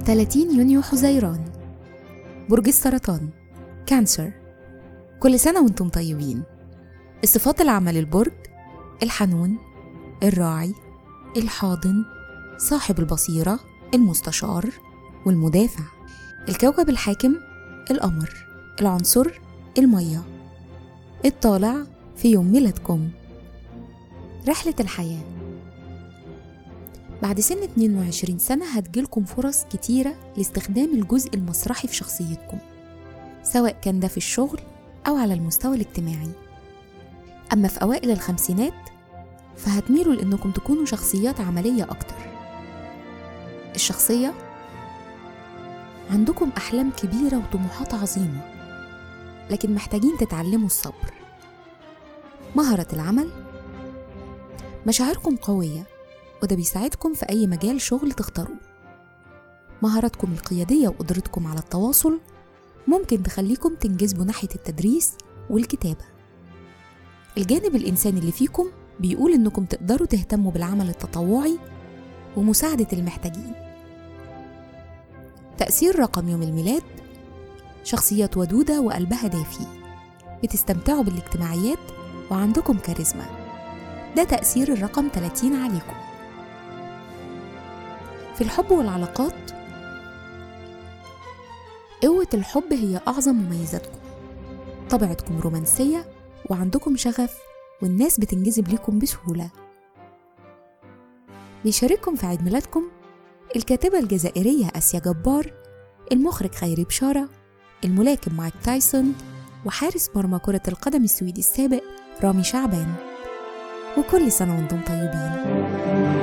30 يونيو حزيران، برج السرطان، كانسر. كل سنة وانتم طيبين. الصفات العامة للبرج: الحنون، الراعي، الحاضن، صاحب البصيرة، المستشار، والمدافع. الكوكب الحاكم: القمر. العنصر: المية. الطالع في يوم ميلادكم. رحلة الحياة: بعد سن 22 سنة هتجيلكم فرص كتيرة لاستخدام الجزء المسرحي في شخصيتكم، سواء كان ده في الشغل أو على المستوى الاجتماعي. أما في أوائل الخمسينات فهتميلوا لأنكم تكونوا شخصيات عملية أكتر. الشخصية: عندكم أحلام كبيرة وطموحات عظيمة، لكن محتاجين تتعلموا الصبر. مهارة العمل: مشاعركم قوية وده بيساعدكم في أي مجال شغل تختاروه. مهاراتكم القيادية وقدرتكم على التواصل ممكن تخليكم تنجذبوا ناحية التدريس والكتابة. الجانب الإنساني اللي فيكم بيقول إنكم تقدروا تهتموا بالعمل التطوعي ومساعدة المحتاجين. تأثير رقم يوم الميلاد: شخصيات ودودة وقلبها دافي، بتستمتعوا بالاجتماعيات وعندكم كاريزما. ده تأثير الرقم 30 عليكم. في الحب والعلاقات: قوة الحب هي أعظم مميزاتكم. طبيعتكم رومانسية وعندكم شغف والناس بتنجذب ليكم بسهولة. بيشارككم في عيد ميلادكم الكاتبة الجزائرية آسيا جبار، المخرج خيري بشارة، الملاكم مايك تايسون، وحارس مرمى كرة القدم السويدي السابق رامي شعبان. وكل سنة وانتم طيبين.